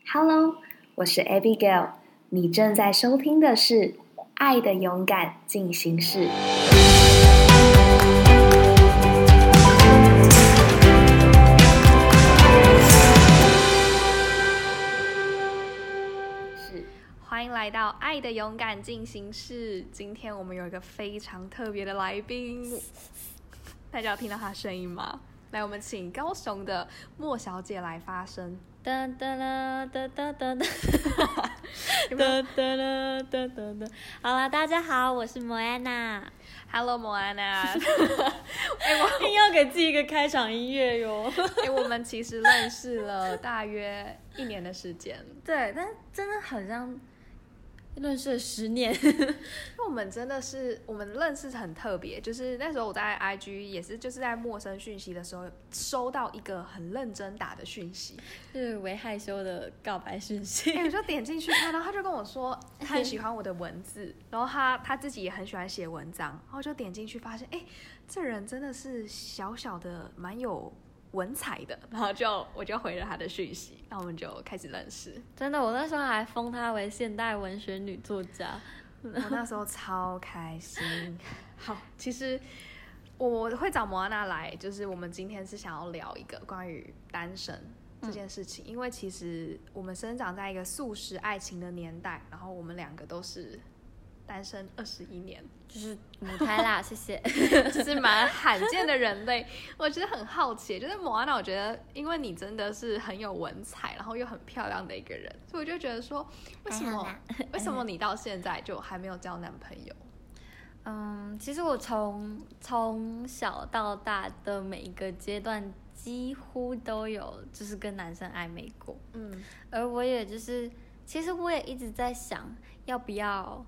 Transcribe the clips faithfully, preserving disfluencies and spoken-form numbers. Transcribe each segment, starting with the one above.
Hello， 我是 Abigail， 你正在收听的是《爱的勇敢进行式》。是，欢迎来到《爱的勇敢进行式》。今天我们有一个非常特别的来宾，大家有听到他的声音吗？来，我们请高雄的莫小姐来发声。 哒哒啦哒哒哒哒哒哒啦哒哒哒。好啦，大家好，我是莫安娜。 Hello， 莫安娜。哎， 我硬要给自己一个开场音乐哟。 哎，我们其实认识了大约一年的时间。 对，但真的好像认识了十年。 因为我们真的是，我们认识很特别，就是那时候我在 I G 也是，就是在陌生讯息的时候，收到一个很认真打的讯息， 就是为害羞的告白讯息。 哎，我就点进去看，然后他就跟我说他很喜欢我的文字，然后他他自己也很喜欢写文章，然后就点进去发现，哎，这人真的是小小的蛮有文采的，然后就我就回了他的讯息，然后我们就开始认识。 真的，我那时候还封她为现代文学女作家。 我那时候超开心。好，其实我会找莫安娜来，就是我们今天是想要聊一个关于单身这件事情，嗯、因为其实我们生长在一个速食爱情的年代，然后我们两个都是单身二十一年， 就是母胎啦，谢谢。 就是蛮罕见的人类。我觉得很好奇，就是莫安娜，我觉得因为你真的是很有文采，然后又很漂亮的一个人，所以我就觉得说，为什么为什么你到现在就还没有交男朋友？ 嗯，其实我从从小到大的每一个阶段，几乎都有就是跟男生暧昧过。嗯，而我也就是，其实我也一直在想，要不要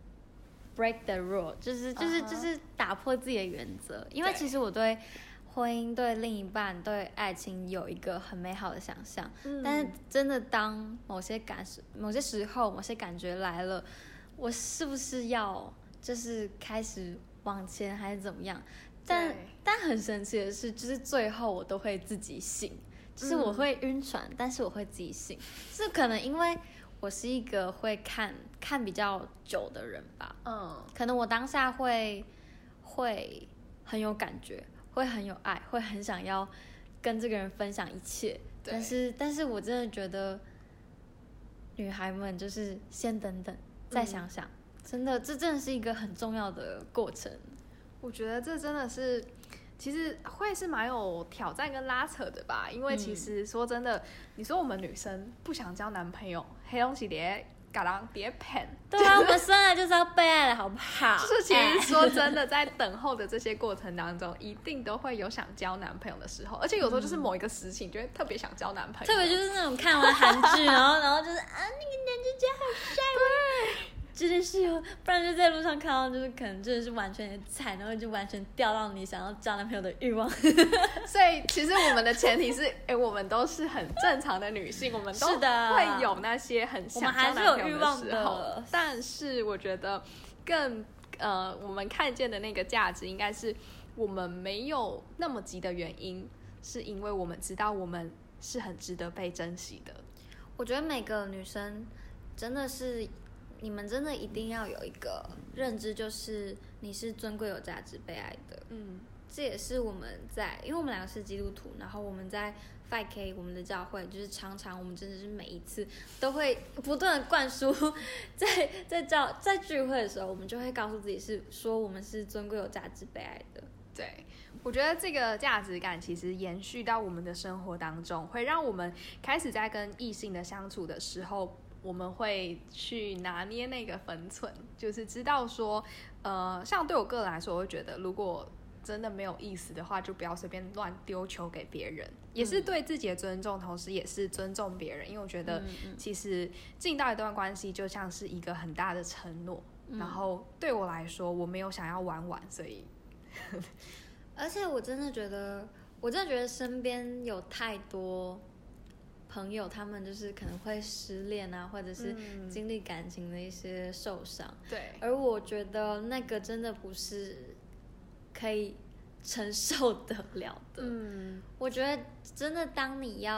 break the rule， 就是就是、uh huh. 就是打破自己的原则，因为其实我对婚姻、对另一半、对爱情有一个很美好的想象，嗯、但是真的当某些感某些时候、某些感觉来了，我是不是要就是开始往前还是怎么样？但但很神奇的是，就是最后我都会自己醒，就是我会晕船，嗯、但是我会自己醒，是可能因为我是一个会看看比较久的人吧，嗯，可能我当下会会很有感觉，会很有爱，会很想要跟这个人分享一切，但是但是我真的觉得女孩们就是先等等，再想想，嗯、真的这真的是一个很重要的过程。 我觉得这真的是。其实会是蛮有挑战跟拉扯的吧，因为其实说真的，嗯、你说我们女生不想交男朋友，黑东西别搞人别骗。 对啊，我们生来就是要被爱的好不好？ 就是其实说真的，在等候的这些过程当中，一定都会有想交男朋友的时候，而且有时候就是某一个时期，你就会特别想交男朋友。 特别就是那种看完韩剧，然后然后就是啊，那个男主角好帅。对。真的是有，不然就在路上看到，就是可能真的是完全的菜，然后就完全掉到你想要交男朋友的欲望。 所以其实我们的前提是，哎，我们都是很正常的女性，我们都会有那些很想交男朋友的时候。是但是我觉得更呃，我们看见的那个价值，应该是我们没有那么急的原因，是因为我们知道我们是很值得被珍惜的。 我觉得每个女生真的是。你们真的一定要有一个认知，就是你是尊贵有价值被爱的。嗯，这也是我们在，因为我们两个是基督徒，然后我们在 five K 我们的教会，就是常常我们真的是每一次都会不断的灌输，在在教在聚会的时候，我们就会告诉自己是说我们是尊贵有价值被爱的。 对，我觉得这个价值感其实延续到我们的生活当中，会让我们开始在跟异性的相处的时候。我们会去拿捏那个分寸，就是知道说，呃，像对我个人来说，我会觉得，如果真的没有意思的话，就不要随便乱丢球给别人，嗯、也是对自己的尊重，同时也是尊重别人。因为我觉得，其实进到一段关系就像是一个很大的承诺。嗯、然后对我来说，我没有想要玩玩，所以， 而且我真的觉得，我真的觉得身边有太多。朋友他们就是可能会失恋啊，或者是经历感情的一些受伤。对、嗯，而我觉得那个真的不是可以承受得了的。嗯，我觉得真的当你要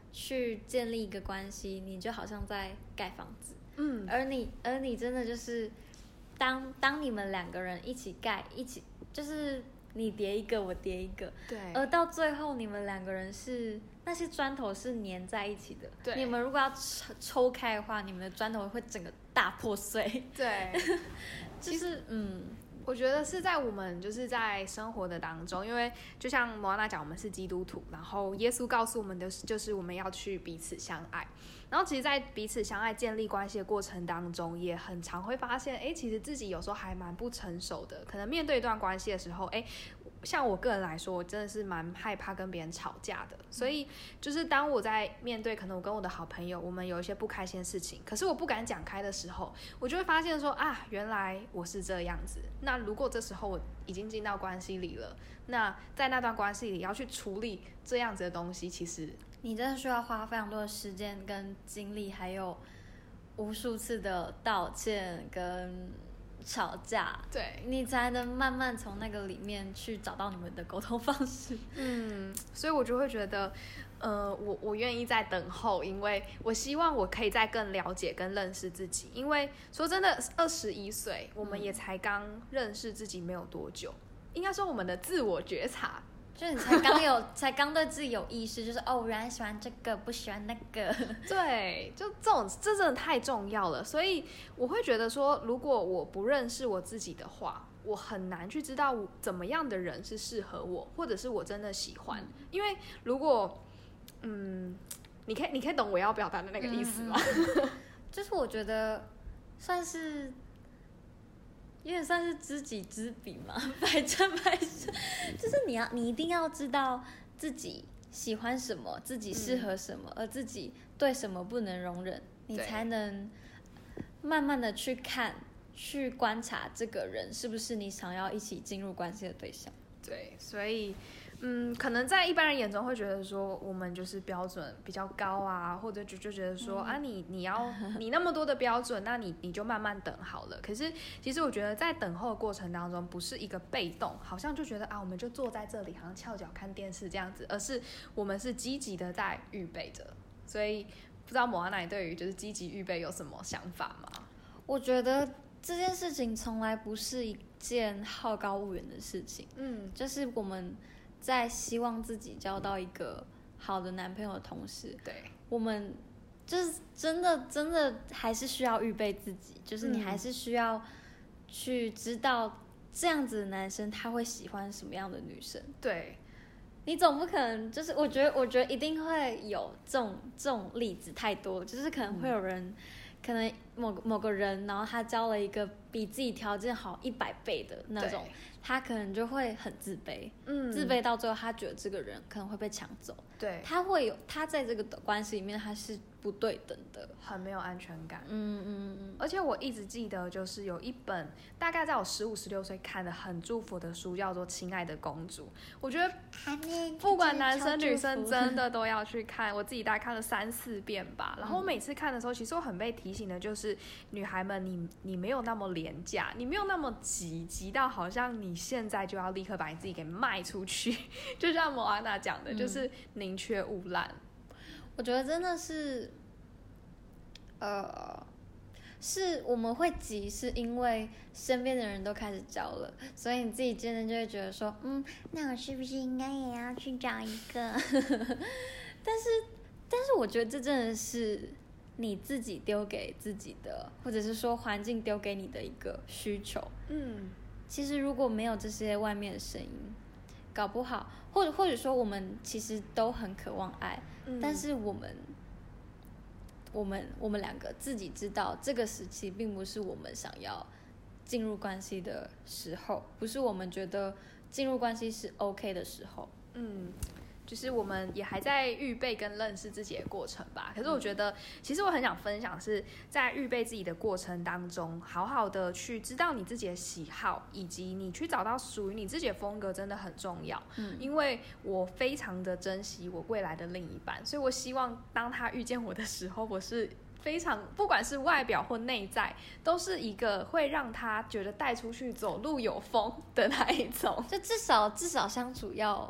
去建立一个关系，你就好像在盖房子， 嗯， 而你而你真的就是当当你们两个人一起盖，一起就是你叠一个我叠一个， 对， 而到最后你们两个人是那些砖头是粘在一起的， 对， 你们如果要抽抽开的话，你们的砖头会整个大破碎， 对， 就是嗯。 我觉得是在我们就是在生活的当中，因为就像摩安娜讲，我们是基督徒，然后耶稣告诉我们的就是我们要去彼此相爱。然后其实，在彼此相爱、建立关系的过程当中，也很常会发现，哎，其实自己有时候还蛮不成熟的。可能面对一段关系的时候，哎，像我个人来说，我真的是蛮害怕跟别人吵架的。所以，就是当我在面对可能我跟我的好朋友，我们有一些不开心的事情，可是我不敢讲开的时候，我就会发现说啊，原来我是这样子。那如果这时候我已经进到关系里了，那在那段关系里要去处理这样子的东西，其实你真的需要花非常多的时间跟精力，还有无数次的道歉跟吵架， 对， 你才能慢慢从那个里面去找到你们的沟通方式。 嗯，所以我就会觉得，呃，我我愿意在等候，因为我希望我可以再更了解跟认识自己。因为说真的，二十一岁，我们也才刚认识自己没有多久，应该说我们的自我觉察。 就是你才刚有，才刚对自己有意识，就是哦，原来喜欢这个，不喜欢那个。 对，就这种，这真的太重要了。所以我会觉得说，如果我不认识我自己的话，我很难去知道怎么样的人是适合我，或者是我真的喜欢。嗯、因为如果，嗯，你可以，你可以懂我要表达的那个意思吗？ 嗯嗯就是我觉得算是。有点算是知己知彼嘛，百战百胜。就是你要，你一定要知道自己喜欢什么，自己适合什么，嗯、而自己对什么不能容忍，你才能慢慢的去看、去观察这个人是不是你想要一起进入关系的对象。 对，所以。嗯，可能在一般人眼中会觉得说我们就是标准比较高啊，或者就就觉得说、嗯、啊你你要你那么多的标准，那你你就慢慢等好了。可是其实我觉得在等候的过程当中，不是一个被动，好像就觉得啊我们就坐在这里，好像翘脚看电视这样子，而是我们是积极的在预备着。所以不知道摩安娜对于就是积极预备有什么想法吗？ 我觉得这件事情从来不是一件好高骛远的事情，嗯，就是我们。在希望自己交到一个好的男朋友的同时， 对， 我们就是真的真的还是需要预备自己，就是你还是需要去知道这样子的男生他会喜欢什么样的女生。 对， 你总不可能就是我觉得我觉得一定会有这种这种例子太多，就是可能会有人、嗯、可能某某个人，然后他交了一个比自己条件好一百倍的那种。他可能就会很自卑，嗯，自卑到最后，他觉得这个人可能会被抢走， 对， 他会有他在这个关系里面他是不对等的， 很没有安全感， 嗯嗯嗯。 而且我一直记得，就是有一本大概在我十五十六岁看的很祝福的书，叫做《亲爱的公主》。我觉得不管男生女生真的都要去看，我自己大概看了三四遍吧。然后我每次看的时候，其实我很被提醒的就是，女孩们你你没有那么廉价，你没有那么急急到好像你现在就要立刻把你自己给卖出去，就像摩安娜讲的，就是宁缺毋滥。 我觉得真的是，呃，是我们会急，是因为身边的人都开始交了，所以你自己渐渐就会觉得说，嗯，那我是不是应该也要去找一个？但是，但是我觉得这真的是你自己丢给自己的，或者是说环境丢给你的一个需求。嗯，其实如果没有这些外面的声音，搞不好，或者或者说我们其实都很渴望爱，嗯、但是我们。我们我们两个自己知道，这个时期并不是我们想要进入关系的时候，不是我们觉得进入关系是 OK 的时候。嗯， 就是我们也还在预备跟认识自己的过程吧。可是我觉得，其实我很想分享是在预备自己的过程当中，好好的去知道你自己的喜好，以及你去找到属于你自己的风格，真的很重要。嗯，因为我非常的珍惜我未来的另一半，所以我希望当他遇见我的时候，我是非常不管是外表或内在，都是一个会让他觉得带出去走路有风的那一种。 就至少至少相处要。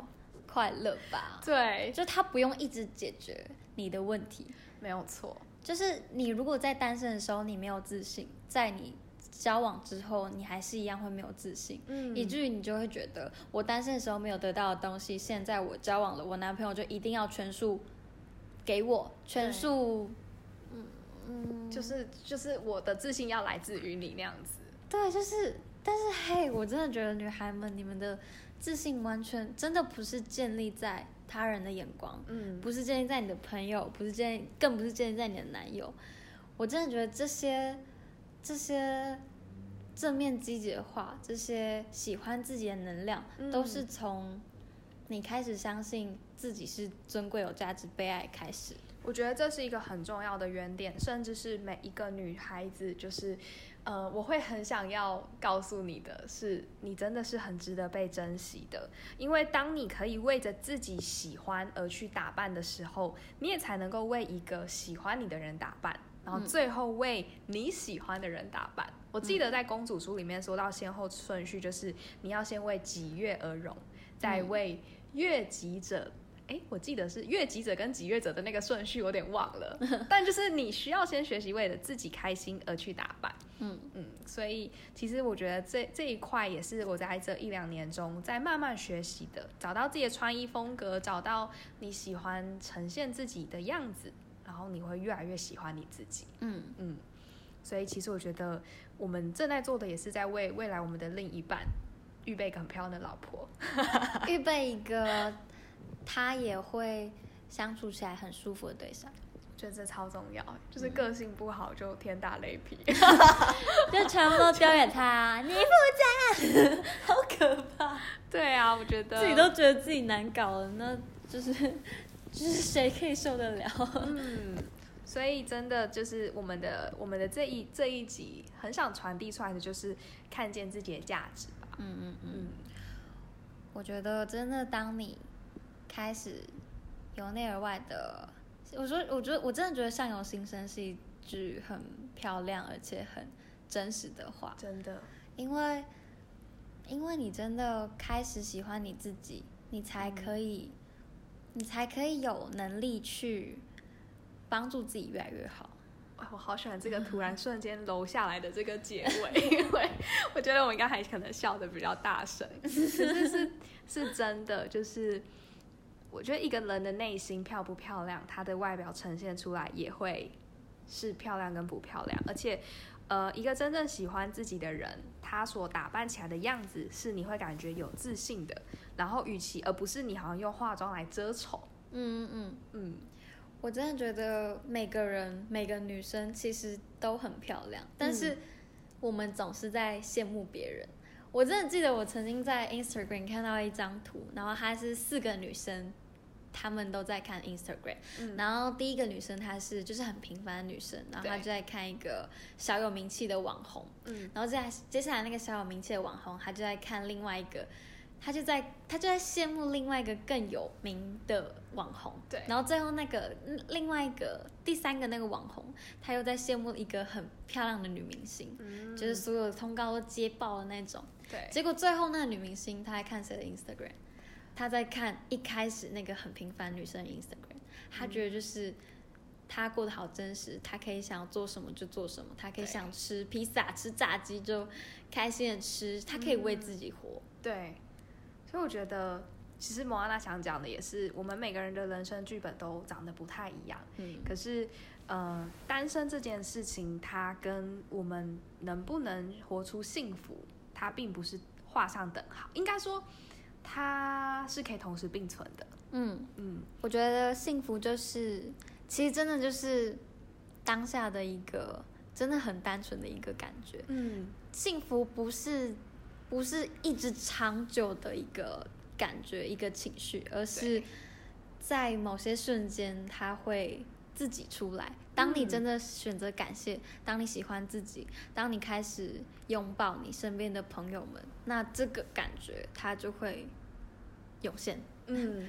快乐吧。 对， 就他不用一直解决你的问题， 没有错。 就是你如果在单身的时候你没有自信，在你交往之后你还是一样会没有自信，嗯，以至于你就会觉得我单身的时候没有得到的东西，现在我交往了，我男朋友就一定要全数给我，全数， 嗯嗯，就是就是我的自信要来自于你那样子。 对，就是，但是嘿，我真的觉得女孩们，你们的自信完全真的不是建立在他人的眼光，嗯，不是建立在你的朋友，不是建立，更不是建立在你的男友。我真的觉得这些这些正面积极的话，这些喜欢自己的能量，嗯，都是从你开始相信自己是尊贵有价值被爱开始。 我觉得这是一个很重要的原点，甚至是每一个女孩子就是呃，我会很想要告诉你的是，你真的是很值得被珍惜的。因为当你可以为着自己喜欢而去打扮的时候，你也才能够为一个喜欢你的人打扮，然后最后为你喜欢的人打扮。嗯，我记得在公主书里面说到先后顺序，就是你要先为己悦而容，再为悦己者，哎，我记得是悦己者跟己悦者的那个顺序，我有点忘了。但就是你需要先学习为了自己开心而去打扮。嗯嗯，所以其实我觉得这这一块也是我在这一两年中在慢慢学习的，找到自己的穿衣风格，找到你喜欢呈现自己的样子，然后你会越来越喜欢你自己。嗯嗯，所以其实我觉得我们正在做的也是在为未来我们的另一半预备一个很漂亮的老婆， 预备一个他也会相处起来很舒服的对象。 我觉得这超重要，就是个性不好就天打雷劈， 就全部都丢给他，你负责，好可怕。 对啊，我觉得自己都觉得自己难搞了，那就是就是谁可以受得了？ 嗯，所以真的就是我们的我们的这一这一集很想传递出来的就是看见自己的价值吧。嗯嗯嗯， 我觉得真的当你开始由内而外的，我说我觉得我真的觉得相由心生是一句很漂亮而且很真实的话， 真的， 因为因为你真的开始喜欢你自己，你才可以、嗯、你才可以有能力去帮助自己越来越好。 我好喜欢这个突然瞬间楼下来的这个结尾，因为我觉得我应该还可能笑得比较大声，可是是是真的，就是我觉得一个人的内心漂不漂亮，他的外表呈现出来也会是漂亮跟不漂亮，而且呃，一个真正喜欢自己的人，他所打扮起来的样子是你会感觉有自信的，然后与其而不是你好像用化妆来遮丑。嗯嗯嗯，我真的觉得每个人每个女生其实都很漂亮，但是我们总是在羡慕别人。我真的记得我曾经在 Instagram 看到一张图，然后它是四个女生，她们都在看 Instagram、嗯、然后第一个女生她是就是很平凡的女生，然后她就在看一个小有名气的网红，嗯，然后接接下来那个小有名气的网红她就在看另外一个，她就在她就在羡慕另外一个更有名的网红，对，然后最后那个另外一个第三个那个网红，她又在羡慕一个很漂亮的女明星、嗯、就是所有的通告都接爆的那种，对，结果最后那个女明星她在看谁的 Instagram， 她在看一开始那个很平凡女生的 Instagram， 她觉得就是她过得好真实，她可以想要做什么就做什么，她可以想吃披萨吃炸鸡就开心的吃，她可以为自己活、嗯、 对，所以我觉得其实莫安娜想讲的也是，我们每个人的人生剧本都长得不太一样。嗯，可是，呃，单身这件事情，它跟我们能不能活出幸福，它并不是画上等号。应该说，它是可以同时并存的。嗯嗯，我觉得幸福就是，其实真的就是当下的一个真的很单纯的一个感觉。嗯，幸福不是不是一直长久的一个感觉一个情绪，而是在某些瞬间它会自己出来。当你真的选择感谢、嗯、当你喜欢自己，当你开始拥抱你身边的朋友们，那这个感觉它就会涌现。嗯，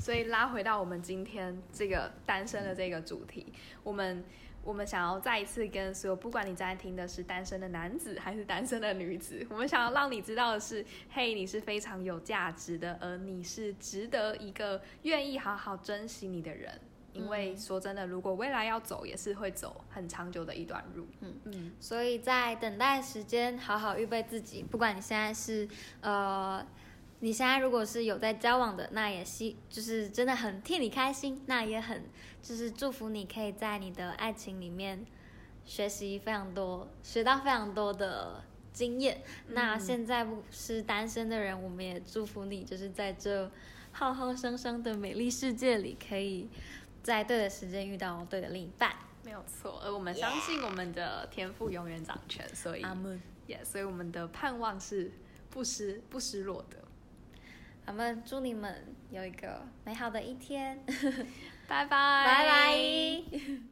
所以拉回到我们今天这个单身的这个主题，我们我们想要再一次跟所有，不管你在听的是单身的男子还是单身的女子，我们想要让你知道的是，嘿，你是非常有价值的，而你是值得一个愿意好好珍惜你的人。因为说真的，如果未来要走，也是会走很长久的一段路。 嗯嗯，所以在等待时间，好好预备自己。不管你现在是呃，你现在如果是有在交往的，那也希就是真的很替你开心，那也很就是祝福你可以在你的爱情里面学习非常多，学到非常多的经验。嗯、那现在不是单身的人，我们也祝福你，就是在这浩浩汤汤的美丽世界里，可以在对的时间遇到对的另一半。 没有错，而我们相信我们的天赋永远掌权，所以， 阿们， 也、yeah, 所以我们的盼望是不失不失落的。 阿们，祝你们有一个美好的一天， 拜拜， 拜拜。